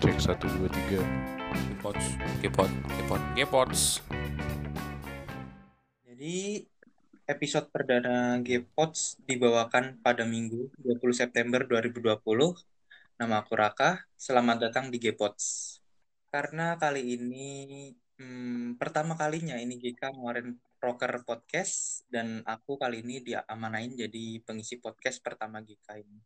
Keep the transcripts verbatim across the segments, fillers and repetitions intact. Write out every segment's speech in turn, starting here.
Cek satu dua tiga. Gepots, gepot, gepot, gepots. Jadi episode perdana Gpods dibawakan pada Minggu dua puluh September dua ribu dua puluh. Nama aku Raka, selamat datang di Gpods. Karena kali ini hmm, pertama kalinya ini G K ngeluarin Rocker Podcast dan aku kali ini diamanain jadi pengisi podcast pertama G K ini.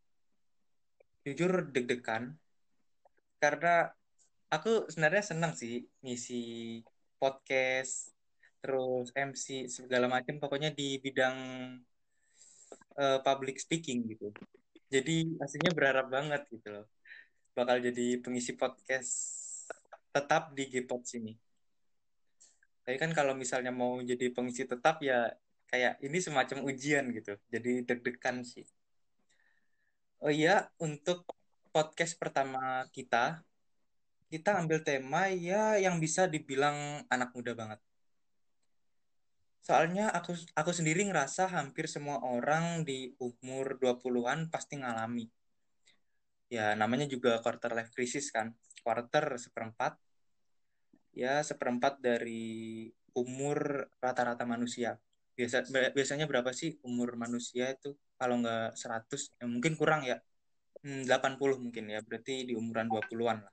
Jujur deg-degan karena aku sebenarnya senang sih ngisi podcast terus M C segala macam pokoknya di bidang uh, public speaking gitu. Jadi aslinya berharap banget gitu loh bakal jadi pengisi podcast tetap di Gpods ini. Tapi kan kalau misalnya mau jadi pengisi tetap ya kayak ini semacam ujian gitu. Jadi deg-degan sih. Oh iya, untuk podcast pertama kita, kita ambil tema ya yang bisa dibilang anak muda banget. Soalnya aku aku sendiri ngerasa hampir semua orang di umur dua puluhan pasti ngalami. Ya, namanya juga quarter life crisis kan. Quarter seperempat, ya seperempat dari umur rata-rata manusia. Biasa biasanya berapa sih umur manusia itu? Kalau nggak seratus, ya mungkin kurang ya. Hmm, delapan puluh mungkin ya, berarti di umuran dua puluhan lah.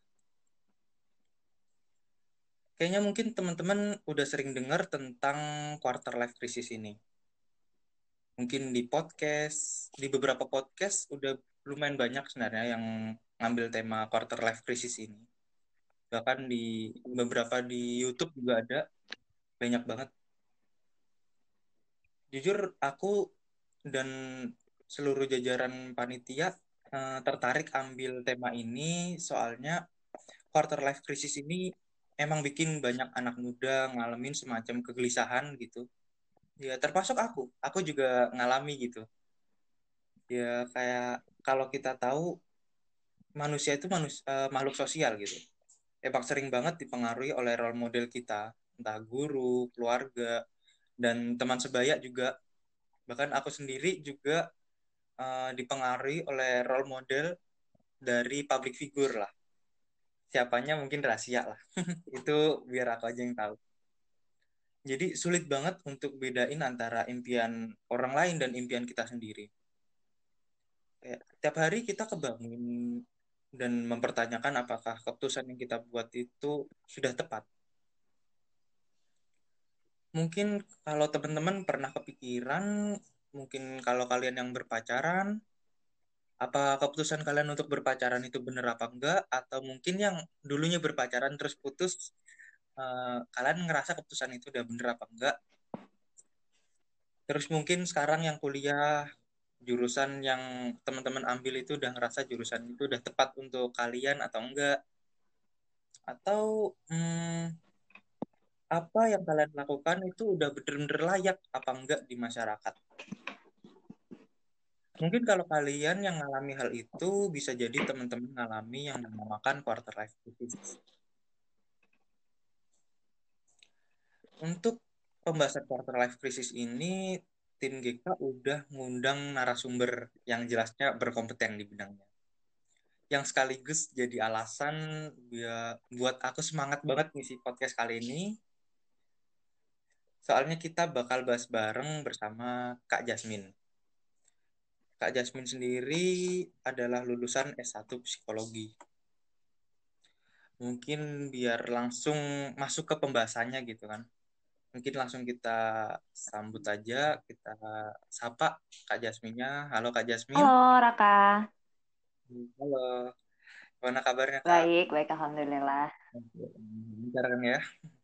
Kayaknya mungkin teman-teman udah sering dengar tentang quarter life crisis ini. Mungkin di podcast, di beberapa podcast udah lumayan banyak sebenarnya yang ngambil tema quarter life crisis ini. Bahkan di beberapa di YouTube juga ada, banyak banget. Jujur aku dan seluruh jajaran panitia eh, tertarik ambil tema ini soalnya quarter life crisis ini emang bikin banyak anak muda ngalamin semacam kegelisahan gitu. Ya termasuk aku, aku juga ngalami gitu. Ya kayak kalau kita tahu manusia itu manus, eh, makhluk sosial gitu. Emang sering banget dipengaruhi oleh role model kita, entah guru, keluarga, dan teman sebaya juga. Bahkan aku sendiri juga uh, dipengaruhi oleh role model dari public figure lah. Siapanya mungkin rahasia lah. Itu biar aku aja yang tahu. Jadi sulit banget untuk bedain antara impian orang lain dan impian kita sendiri. Kayak, tiap hari kita kebangun dan mempertanyakan apakah keputusan yang kita buat itu sudah tepat. Mungkin kalau teman-teman pernah kepikiran, mungkin kalau kalian yang berpacaran, apa keputusan kalian untuk berpacaran itu benar apa enggak, atau mungkin yang dulunya berpacaran terus putus, eh, kalian ngerasa keputusan itu udah benar apa enggak. Terus mungkin sekarang yang kuliah, jurusan yang teman-teman ambil itu udah ngerasa jurusan itu udah tepat untuk kalian atau enggak, atau hmm, apa yang kalian lakukan itu udah benar-benar layak apa enggak di masyarakat. Mungkin kalau kalian yang ngalami hal itu, bisa jadi teman-teman ngalami yang dinamakan quarter life crisis. Untuk pembahasan quarter life crisis ini, tim G K udah ngundang narasumber yang jelasnya berkompeten di bidangnya. Yang sekaligus jadi alasan ya, buat aku semangat banget ngisi podcast kali ini. Soalnya kita bakal bahas bareng bersama Kak Jasmine. Kak Jasmine sendiri adalah lulusan S satu Psikologi. Mungkin biar langsung masuk ke pembahasannya gitu kan. Mungkin langsung kita sambut aja, kita sapa Kak Jasminnya. Halo Kak Jasmin. Halo Raka, Halo, gimana kabarnya Kak? baik, baik Alhamdulillah. Bentar kan ya.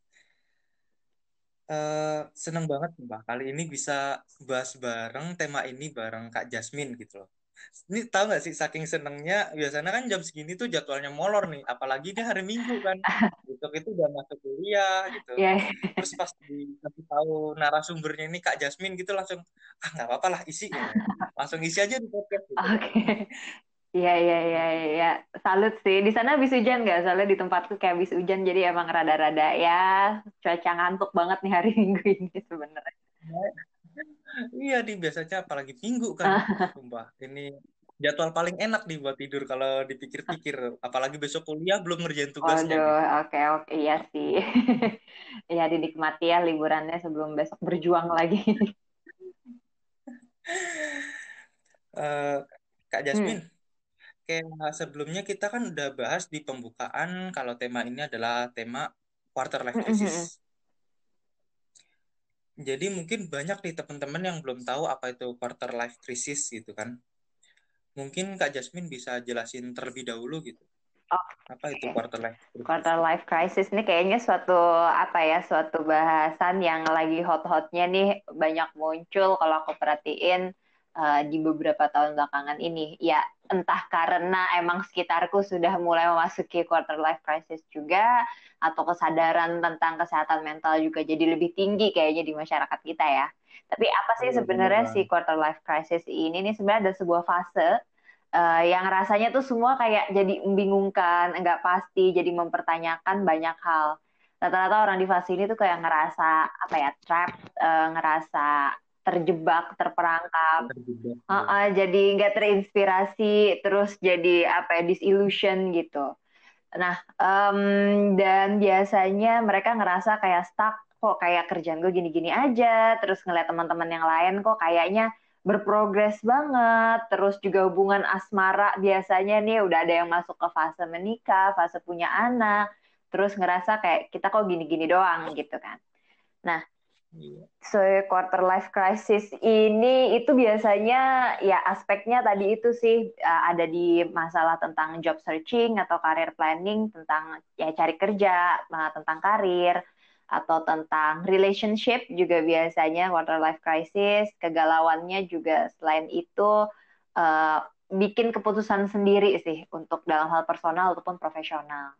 Eh, seneng banget Mbak. Kali ini bisa bahas bareng tema ini bareng Kak Jasmin gitu loh. Ini tahu nggak sih saking senengnya biasanya kan jam segini tuh jadwalnya molor nih. Apalagi dia hari Minggu kan. Besok itu udah masuk kuliah gitu. Ya, Terus pas dikasih tahu narasumbernya ini Kak Jasmin gitu langsung ah nggak apa-apa lah isi ya. Langsung isi aja di podcast gitu. oke. Iya, iya, iya, iya. Salut sih. Di sana habis hujan nggak? Soalnya di tempatku kayak habis hujan, jadi emang rada-rada ya cuaca ngantuk banget nih hari Minggu ini sebenarnya. Iya di biasanya apalagi Minggu kan. Sumpah ini jadwal paling enak nih buat tidur kalau dipikir-pikir. Apalagi besok kuliah belum ngerjain tugasnya Waduh, gitu. oke oke iya sih. Ya dinikmati ya liburannya sebelum besok berjuang lagi. Eh, Kak Hmm. Jasmine, kayak sebelumnya kita kan udah bahas di pembukaan kalau tema ini adalah tema quarter life Hmm, hmm, crisis. hmm. Jadi mungkin banyak nih teman-teman yang belum tahu apa itu quarter life crisis gitu kan. Mungkin Kak Jasmine bisa jelasin terlebih dahulu gitu. Apa itu Oke. quarter life crisis? Quarter life crisis ini kayaknya suatu apa ya, suatu bahasan yang lagi hot-hotnya nih banyak muncul kalau aku perhatiin uh, di beberapa tahun belakangan ini. Ya, entah karena emang sekitarku sudah mulai memasuki quarter life crisis juga, atau kesadaran tentang kesehatan mental juga jadi lebih tinggi kayaknya di masyarakat kita ya. Tapi apa sih Iya, bener sebenarnya si banget. quarter life crisis ini? Ini sebenarnya ada sebuah fase eh, yang rasanya tuh semua kayak jadi membingungkan, enggak pasti, jadi mempertanyakan banyak hal. Rata-rata orang di fase ini tuh kayak ngerasa apa ya, trapped, eh, ngerasa terjebak, terperangkap, Terjebak eh, gitu. eh, jadi nggak terinspirasi, terus jadi apa ya, disillusion gitu. Nah, em, dan biasanya mereka ngerasa kayak stuck, kok kayak kerjaan gue gini-gini aja, terus ngeliat teman-teman yang lain kok kayaknya berprogres banget, terus juga hubungan asmara biasanya nih udah ada yang masuk ke fase menikah, fase punya anak, terus ngerasa kayak kita kok gini-gini doang gitu kan. Nah, Iya. so, quarter life crisis ini itu biasanya ya aspeknya tadi itu sih uh, ada di masalah tentang job searching atau career planning, tentang ya cari kerja, uh, tentang karir, atau tentang relationship juga biasanya quarter life crisis. Kegalauannya juga selain itu uh, bikin keputusan sendiri sih untuk dalam hal personal ataupun profesional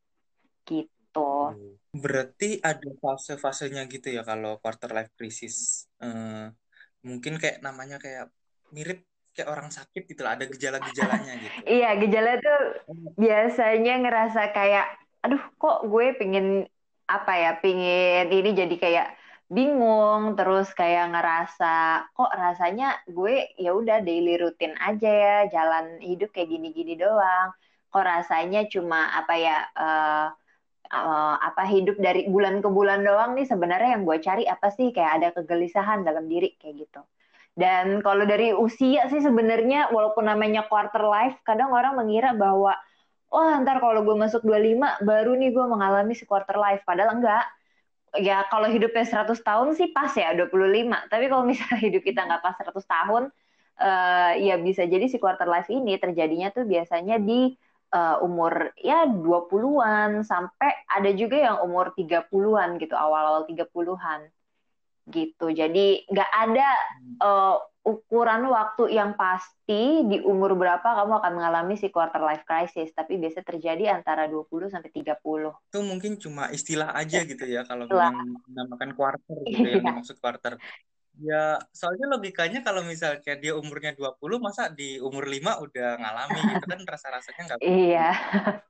gitu. Berarti ada fase-fasenya gitu ya kalau quarter life crisis. Eh, mungkin kayak namanya kayak mirip kayak orang sakit gitu lah, ada gejala-gejalanya gitu. Iya, gejala tuh biasanya ngerasa kayak, aduh kok gue pingin apa ya, pingin ini jadi kayak bingung, terus kayak ngerasa kok rasanya gue ya udah daily rutin aja ya, jalan hidup kayak gini-gini doang. Kok rasanya cuma apa ya, eh, eh, apa hidup dari bulan ke bulan doang nih sebenarnya yang gue cari apa sih, kayak ada kegelisahan dalam diri kayak gitu. Dan kalau dari usia sih sebenarnya walaupun namanya quarter life, kadang orang mengira bahwa wah ntar kalau gue masuk dua puluh lima baru nih gue mengalami si quarter life. Padahal enggak. Ya kalau hidupnya seratus tahun sih pas ya dua puluh lima. Tapi kalau misalnya hidup kita nggak pas seratus tahun, eh, ya bisa jadi si quarter life ini terjadinya tuh biasanya di eh, umur ya dua puluhan-an sampai ada juga yang umur tiga puluhan-an gitu, awal-awal tiga puluhan-an gitu. Jadi nggak ada uh, ukuran waktu yang pasti di umur berapa kamu akan mengalami si quarter life crisis, tapi biasa terjadi antara dua puluh sampai tiga puluh. Itu mungkin cuma istilah aja Ya, gitu ya kalau itulah. yang dinamakan quarter gitu, yang Iya. dimaksud quarter. Ya, soalnya logikanya kalau misalnya dia umurnya dua puluh, masa di umur lima udah ngalami gitu kan, rasa-rasanya nggak mungkin. Iya.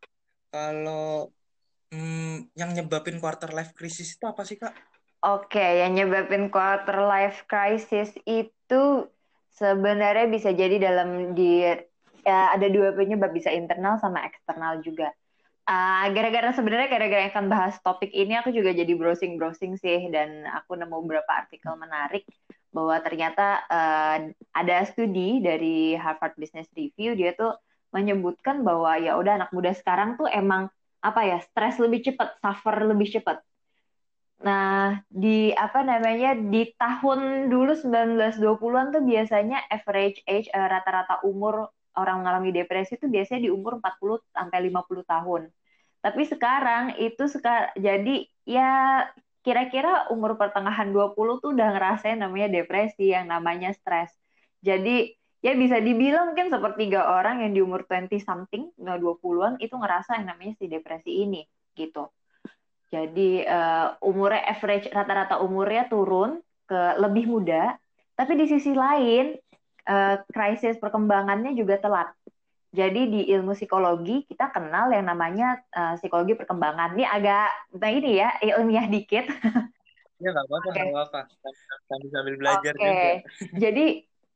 Kalau hmm, yang nyebabin quarter life crisis itu apa sih, Kak? Oke, yang nyebabin quarter life crisis itu sebenarnya bisa jadi dalam di ya, ada dua penyebab, bisa internal sama eksternal juga. Ah, gara-gara sebenarnya gara-gara akan bahas topik ini aku juga jadi browsing-browsing sih, dan aku nemu beberapa artikel menarik bahwa ternyata eh, ada studi dari Harvard Business Review, dia tuh menyebutkan bahwa ya udah anak muda sekarang tuh emang apa ya, stres lebih cepat, suffer lebih cepat. Nah, di apa namanya di tahun dulu sembilan belas dua puluhan-an tuh biasanya average age eh, rata-rata umur orang mengalami depresi itu biasanya di umur empat puluh sampai lima puluh tahun. Tapi sekarang itu sekarang jadi ya kira-kira umur pertengahan dua puluh tuh udah ngerasain namanya depresi, yang namanya stres. Jadi ya bisa dibilang mungkin sepertiga orang yang di umur dua puluh something, dua puluhan-an itu ngerasa yang namanya si depresi ini gitu. Jadi uh, umurnya average rata-rata umurnya turun ke lebih muda, tapi di sisi lain uh, krisis perkembangannya juga telat. Jadi di ilmu psikologi kita kenal yang namanya uh, psikologi perkembangan. Ini agak nah ini ya ilmiah dikit. Ya nggak apa-apa, nggak Oke. apa-apa. Sambil sambil belajar Oke. juga. Jadi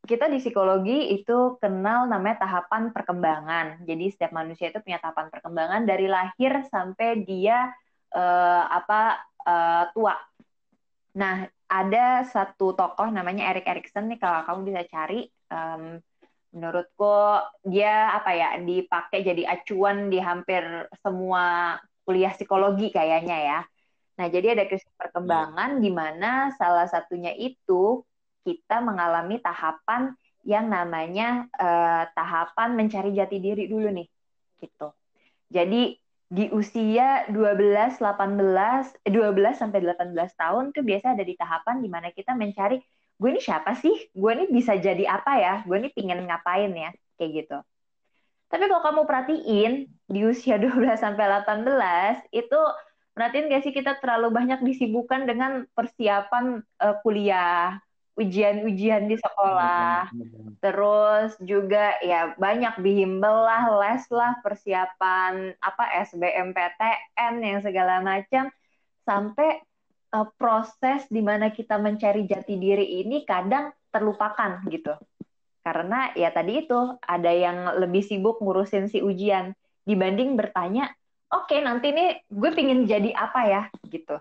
kita di psikologi itu kenal namanya tahapan perkembangan. Jadi setiap manusia itu punya tahapan perkembangan dari lahir sampai dia uh, apa uh, tua. Nah, ada satu tokoh namanya Erik Erikson nih, kalau kamu bisa cari. Um, menurutku dia apa ya dipakai jadi acuan di hampir semua kuliah psikologi kayaknya ya. Nah, jadi ada krisis perkembangan di mana salah satunya itu kita mengalami tahapan yang namanya uh, tahapan mencari jati diri dulu nih, gitu. Jadi di usia dua belas, delapan belas, dua belas sampai delapan belas tahun tuh biasa ada di tahapan di mana kita mencari, gue ini siapa sih? Gue ini bisa jadi apa ya? Gue ini pingin ngapain ya? Kayak gitu. Tapi kalau kamu perhatiin di usia dua belas sampai delapan belas itu perhatiin gak sih kita terlalu banyak disibukkan dengan persiapan uh, kuliah, ujian-ujian di sekolah, terus juga ya banyak bimbel lah, les lah, persiapan apa S B M P T N yang segala macam, sampai uh, proses di mana kita mencari jati diri ini kadang terlupakan gitu. Karena ya tadi itu ada yang lebih sibuk ngurusin si ujian dibanding bertanya, oke okay, nanti nih gue pingin jadi apa ya gitu.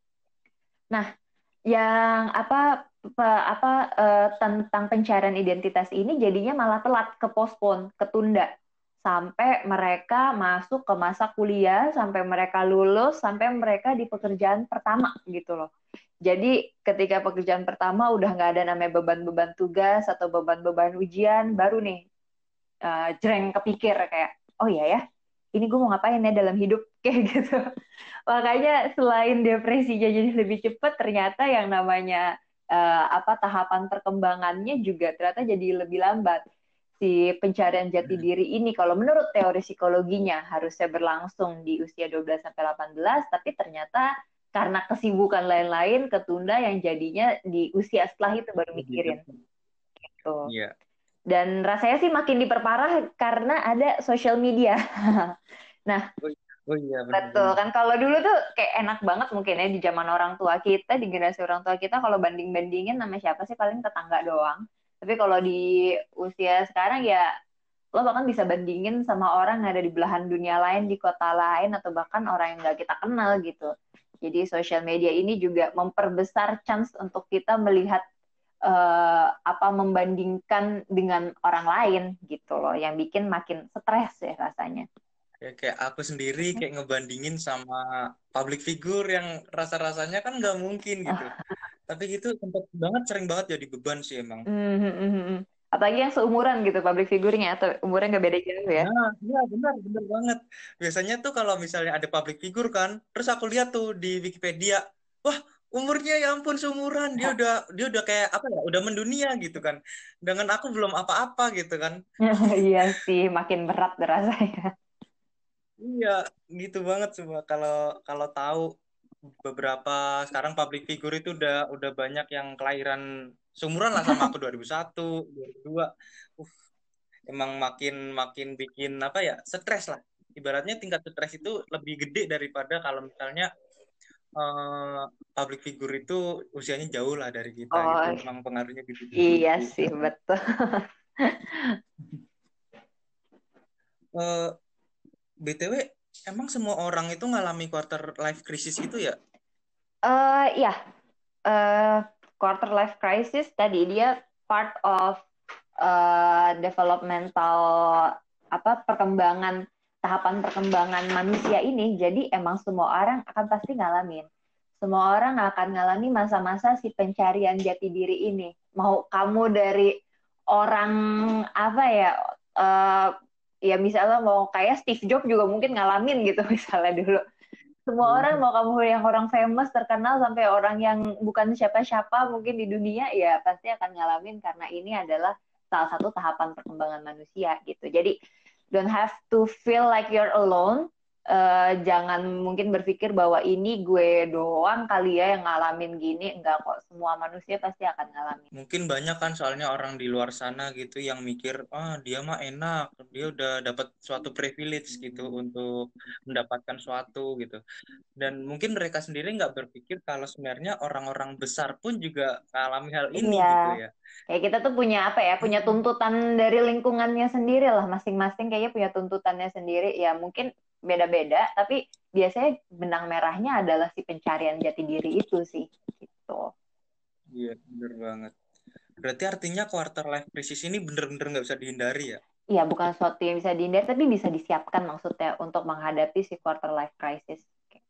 Nah, yang apa apa uh, tentang pencarian identitas ini jadinya malah telat, kepospon, ketunda sampai mereka masuk ke masa kuliah, sampai mereka lulus, sampai mereka di pekerjaan pertama gitu loh. Jadi ketika pekerjaan pertama udah nggak ada namanya beban-beban tugas atau beban-beban ujian, baru nih uh, jreng kepikir kayak, oh iya ya, ini gue mau ngapain ya dalam hidup kayak gitu. Makanya selain depresinya jadi lebih cepat, ternyata yang namanya uh, apa tahapan perkembangannya juga ternyata jadi lebih lambat. Si pencarian jati diri ini kalau menurut teori psikologinya harusnya berlangsung di usia dua belas sampai delapan belas, tapi ternyata karena kesibukan lain-lain ketunda yang jadinya di usia setelah itu baru mikirin. Gitu. Iya. Dan rasanya sih makin diperparah karena ada social media. Nah, oh iya, betul kan, kalau dulu tuh kayak enak banget mungkin ya di zaman orang tua kita, di generasi orang tua kita, kalau banding-bandingin sama siapa sih, paling tetangga doang. Tapi kalau di usia sekarang ya lo bahkan bisa bandingin sama orang yang ada di belahan dunia lain, di kota lain, atau bahkan orang yang gak kita kenal gitu. Jadi social media ini juga memperbesar chance untuk kita melihat uh, apa membandingkan dengan orang lain gitu loh, yang bikin makin stres ya rasanya. Ya, kayak aku sendiri kayak ngebandingin sama public figure yang rasa-rasanya kan nggak mungkin gitu. Tapi gitu sempat banget, sering banget jadi beban sih emang. Mm-hmm. Apalagi yang seumuran gitu public figure-nya, atau umurnya nggak beda jauh ya. Nah, iya benar, benar banget. Biasanya tuh kalau misalnya ada public figure kan, terus aku lihat tuh di Wikipedia, wah umurnya ya ampun seumuran, dia udah dia udah kayak apa ya, udah mendunia gitu kan. Dengan aku belum apa-apa gitu kan. Iya sih, makin berat rasanya. Iya, gitu banget semua. Kalau kalau tahu beberapa sekarang public figure itu udah udah banyak yang kelahiran seumuran lah sama aku dua ribu satu, dua ribu dua. Uh, emang makin makin bikin apa ya? Stres lah. Ibaratnya tingkat stres itu lebih gede daripada kalau misalnya uh, public figure itu usianya jauh lah dari kita Oh, gitu. Emang pengaruhnya gitu. Iya sih, betul. uh, B T W, emang semua orang itu ngalami quarter life crisis gitu ya? Uh, ya, uh, quarter life crisis tadi dia part of uh, developmental apa perkembangan tahapan perkembangan manusia ini. Jadi emang semua orang akan pasti ngalamin. Semua orang akan ngalami masa-masa si pencarian jati diri ini. Mau kamu dari orang apa ya? Uh, ya misalnya mau kayak Steve Jobs juga mungkin ngalamin gitu misalnya dulu. Semua orang, mau kamu yang orang famous, terkenal, sampai orang yang bukan siapa-siapa mungkin di dunia, ya pasti akan ngalamin karena ini adalah salah satu tahapan perkembangan manusia gitu. Jadi don't have to feel like you're alone. eh, jangan mungkin berpikir bahwa ini gue doang kali ya yang ngalamin gini. Enggak kok, semua manusia pasti akan ngalamin. Mungkin banyak kan soalnya orang di luar sana gitu yang mikir, ah dia mah enak, dia udah dapat suatu privilege gitu untuk mendapatkan suatu gitu. Dan mungkin mereka sendiri nggak berpikir kalau sebenarnya orang-orang besar pun juga mengalami hal ini Iya, gitu ya. kayak kita tuh punya apa ya, punya Hmm, tuntutan dari lingkungannya sendiri lah, masing-masing kayaknya punya tuntutannya sendiri. Ya mungkin beda-beda, tapi biasanya benang merahnya adalah si pencarian jati diri itu sih, gitu. iya, bener banget. Berarti artinya quarter life crisis ini bener-bener nggak bisa dihindari ya? Iya, bukan sesuatu yang bisa dihindari, tapi bisa disiapkan maksudnya untuk menghadapi si quarter life crisis.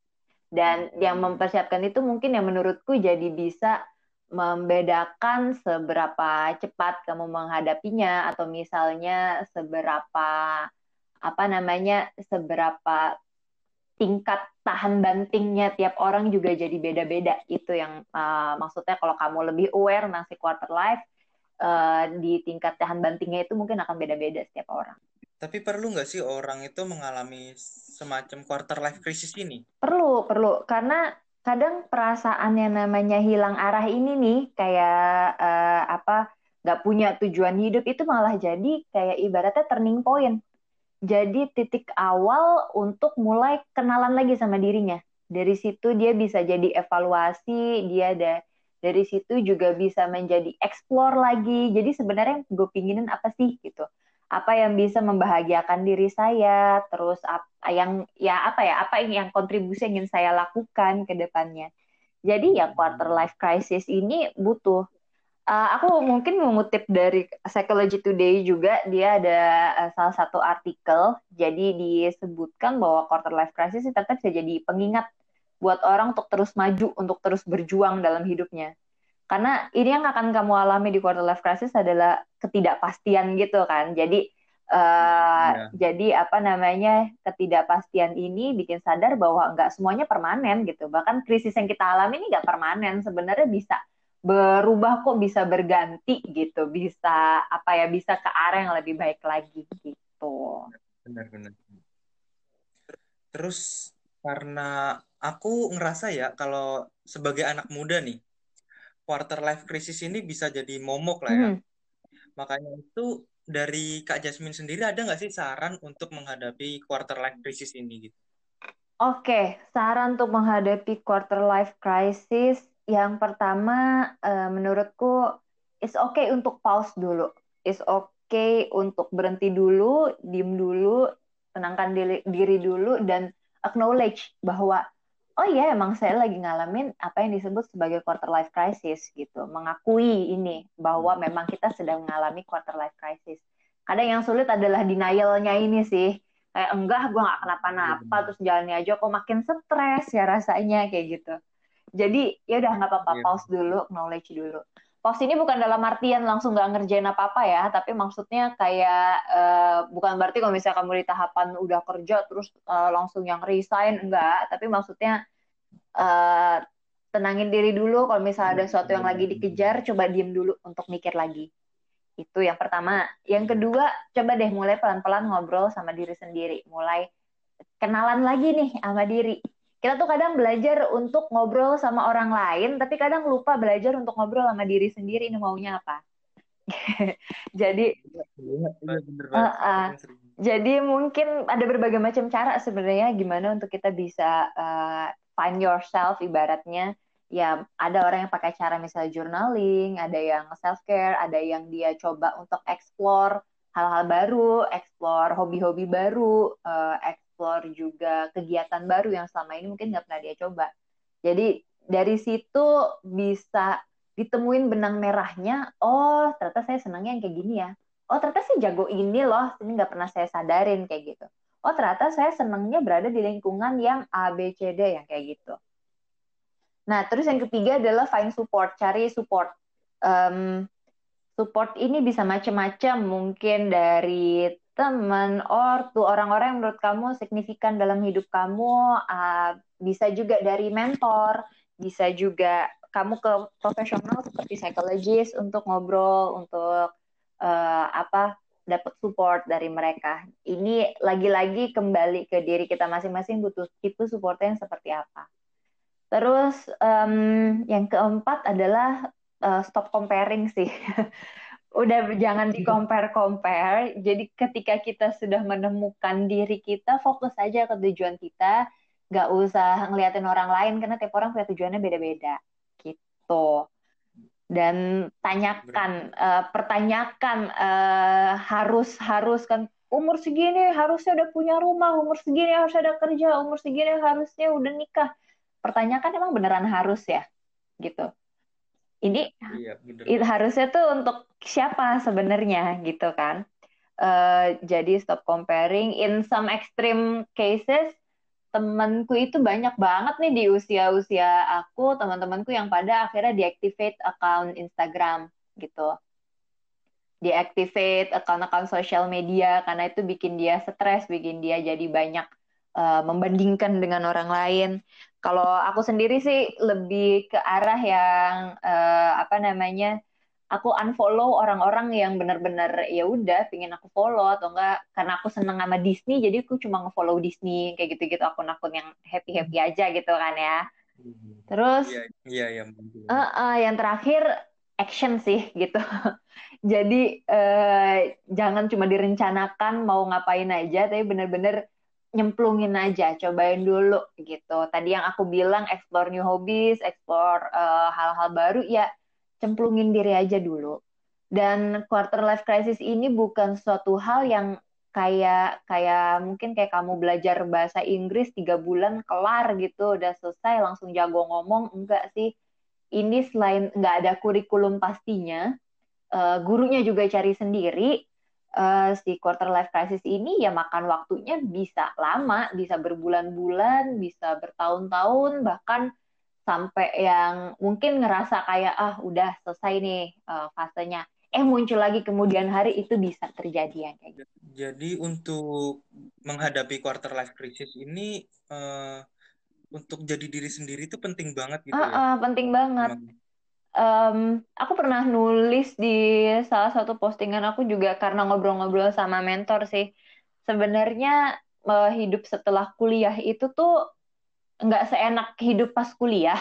Dan yang mempersiapkan itu mungkin yang menurutku jadi bisa membedakan seberapa cepat kamu menghadapinya atau misalnya seberapa apa namanya seberapa tingkat tahan bantingnya tiap orang juga jadi beda-beda. Itu yang uh, maksudnya kalau kamu lebih aware tentang si quarter life, uh, di tingkat tahan bantingnya itu mungkin akan beda-beda setiap orang. Tapi perlu nggak sih orang itu mengalami semacam quarter life crisis ini? Perlu, perlu. Karena kadang perasaan yang namanya hilang arah ini nih, kayak uh, apa, nggak punya tujuan hidup itu malah jadi kayak ibaratnya turning point. Jadi titik awal untuk mulai kenalan lagi sama dirinya. Dari situ dia bisa jadi evaluasi, dia ada dari situ juga bisa menjadi explore lagi. Jadi sebenarnya yang gue pinginin apa sih gitu? Apa yang bisa membahagiakan diri saya, terus apa yang ya apa ya, apa yang kontribusi yang ingin saya lakukan ke depannya. Jadi ya quarter life crisis ini butuh. Uh, aku mungkin mengutip dari Psychology Today juga, dia ada uh, salah satu artikel, jadi disebutkan bahwa quarter life crisis itu tetap bisa jadi pengingat buat orang untuk terus maju, untuk terus berjuang dalam hidupnya. Karena ini yang akan kamu alami di quarter life crisis adalah ketidakpastian gitu kan. Jadi uh, Ya, jadi apa namanya ketidakpastian ini bikin sadar bahwa nggak semuanya permanen gitu. Bahkan krisis yang kita alami ini nggak permanen, sebenarnya bisa berubah kok, bisa berganti gitu, bisa apa ya, bisa ke arah yang lebih baik lagi gitu. benar-benar. Terus karena aku ngerasa ya kalau sebagai anak muda nih, quarter life crisis ini bisa jadi momok lah ya. Hmm. Makanya itu dari Kak Jasmine sendiri ada nggak sih saran untuk menghadapi quarter life crisis ini gitu? Oke, saran untuk menghadapi quarter life crisis yang pertama, eh, menurutku it's okay untuk pause dulu, it's okay untuk berhenti dulu, diem dulu, tenangkan diri, diri dulu dan acknowledge bahwa oh iya emang saya lagi ngalamin apa yang disebut sebagai quarter life crisis gitu, mengakui ini bahwa memang kita sedang mengalami quarter life crisis. Kadang yang sulit adalah denial-nya ini sih, kayak enggak gue nggak kenapa-napa terus jalannya aja kok makin stres ya rasanya kayak gitu. Jadi ya udah nggak apa-apa, Iya. pause dulu, knowledge dulu. Pause ini bukan dalam artian langsung nggak ngerjain apa-apa ya, tapi maksudnya kayak uh, bukan berarti kalau misalnya kamu di tahapan udah kerja terus uh, langsung yang resign, enggak, tapi maksudnya uh, tenangin diri dulu. Kalau misalnya ada sesuatu yang lagi dikejar, coba diem dulu untuk mikir lagi. Itu yang pertama. Yang kedua, coba deh mulai pelan-pelan ngobrol sama diri sendiri. Mulai kenalan lagi nih sama diri. Kita tuh kadang belajar untuk ngobrol sama orang lain, tapi kadang lupa belajar untuk ngobrol sama diri sendiri, ini maunya apa. Jadi, Iya, bener uh, banget. uh, jadi mungkin ada berbagai macam cara sebenarnya gimana untuk kita bisa uh, find yourself ibaratnya. Ya, ada orang yang pakai cara misalnya journaling, ada yang self-care, ada yang dia coba untuk explore hal-hal baru, explore hobi-hobi baru, uh, explore juga kegiatan baru yang selama ini mungkin nggak pernah dia coba. Jadi dari situ bisa ditemuin benang merahnya, oh ternyata saya senangnya yang kayak gini ya. Oh ternyata saya jago ini loh, ini nggak pernah saya sadarin kayak gitu. Oh ternyata saya senangnya berada di lingkungan yang A, B, C, D yang kayak gitu. Nah, terus yang ketiga adalah find support, cari support. Um, support ini bisa macam-macam, mungkin dari teman, ortu, orang-orang yang menurut kamu signifikan dalam hidup kamu, uh, bisa juga dari mentor, bisa juga kamu ke profesional seperti psikologis untuk ngobrol, untuk uh, apa dapat support dari mereka. Ini lagi-lagi kembali ke diri kita masing-masing, butuh tipe supportnya yang seperti apa. Terus um, yang keempat adalah uh, stop comparing sih. Udah jangan di compare-compare. Jadi ketika kita sudah menemukan diri kita, fokus aja ke tujuan kita. Gak usah ngeliatin orang lain, karena tiap orang punya tujuannya beda-beda. Gitu. Dan tanyakan, uh, pertanyakan uh, harus harus kan umur segini harusnya udah punya rumah, umur segini harus ada kerja, umur segini harusnya udah nikah. Pertanyakan emang beneran harus ya, gitu. Ini Iya, bener. it, harusnya tuh untuk siapa sebenarnya, gitu kan? Uh, jadi stop comparing. In some extreme cases, temanku itu banyak banget nih di usia-usia aku, teman-temanku yang pada akhirnya deactivate account Instagram gitu. Deactivate account-account sosial media karena itu bikin dia stres, bikin dia jadi banyak uh, membandingkan dengan orang lain. Kalau aku sendiri sih lebih ke arah yang uh, apa namanya? Aku unfollow orang-orang yang benar-benar ya udah pingin aku follow, atau enggak karena aku seneng sama Disney jadi aku cuma nge-follow Disney kayak gitu-gitu, akun-akun yang happy-happy aja gitu kan ya. Terus Iya, iya, iya. uh, uh, yang terakhir action sih gitu. Jadi uh, jangan cuma direncanakan mau ngapain aja, tapi benar-benar nyemplungin aja, cobain dulu gitu. Tadi yang aku bilang explore new hobbies, explore uh, hal-hal baru, ya cemplungin diri aja dulu. Dan quarter life crisis ini bukan suatu hal yang kayak kayak mungkin kayak kamu belajar bahasa Inggris tiga bulan kelar gitu, udah selesai langsung jago ngomong. Enggak sih. Ini selain nggak ada kurikulum pastinya, uh, gurunya juga cari sendiri. Uh, si quarter life crisis ini ya makan waktunya bisa lama, bisa berbulan-bulan, bisa bertahun-tahun, bahkan sampai yang mungkin ngerasa kayak ah udah selesai nih uh, fasenya, eh muncul lagi kemudian hari, itu bisa terjadi yang kayak gitu. Jadi untuk menghadapi quarter life crisis ini uh, untuk jadi diri sendiri itu penting banget gitu uh, ya. uh, penting banget. Um, aku pernah nulis di salah satu postingan aku juga karena ngobrol-ngobrol sama mentor sih. Sebenarnya uh, hidup setelah kuliah itu tuh nggak seenak hidup pas kuliah.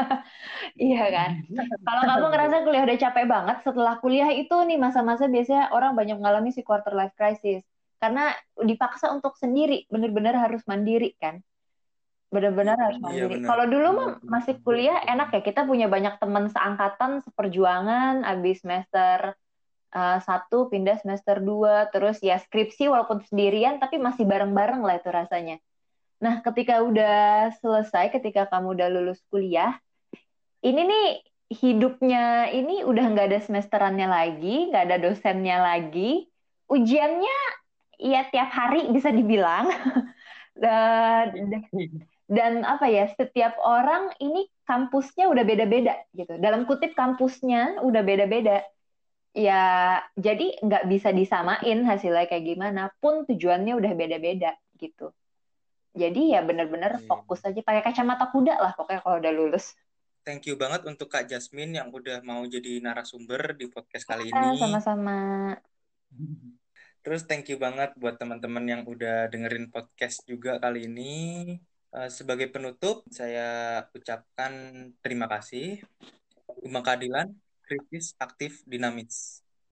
Iya kan? Kalau kamu ngerasa kuliah udah capek banget, setelah kuliah itu nih masa-masa biasanya orang banyak mengalami si quarter life crisis. Karena dipaksa untuk sendiri, bener-bener harus mandiri kan. Bener-bener harus Iya, mandiri. benar. Kalau dulu mah masih kuliah enak ya, kita punya banyak teman seangkatan, seperjuangan, abis semester uh, satu pindah semester dua, terus ya skripsi walaupun sendirian, tapi masih bareng-bareng lah itu rasanya. Nah, ketika udah selesai, ketika kamu udah lulus kuliah, ini nih hidupnya ini udah nggak ada semesterannya lagi, nggak ada dosennya lagi, ujiannya ya tiap hari bisa dibilang. dan, dan apa ya, setiap orang ini kampusnya udah beda-beda gitu. Dalam kutip kampusnya udah beda-beda. Ya, jadi nggak bisa disamain hasilnya kayak gimana pun, tujuannya udah beda-beda gitu. Jadi ya benar-benar fokus aja, pakai kacamata kuda lah pokoknya kalau udah lulus. Thank you banget untuk Kak Jasmine yang udah mau jadi narasumber di podcast kali Ah, ini. sama-sama. Terus thank you banget buat teman-teman yang udah dengerin podcast juga kali ini. Uh, sebagai penutup, saya ucapkan terima kasih. Uma Keadilan, kritis, aktif, dinamis.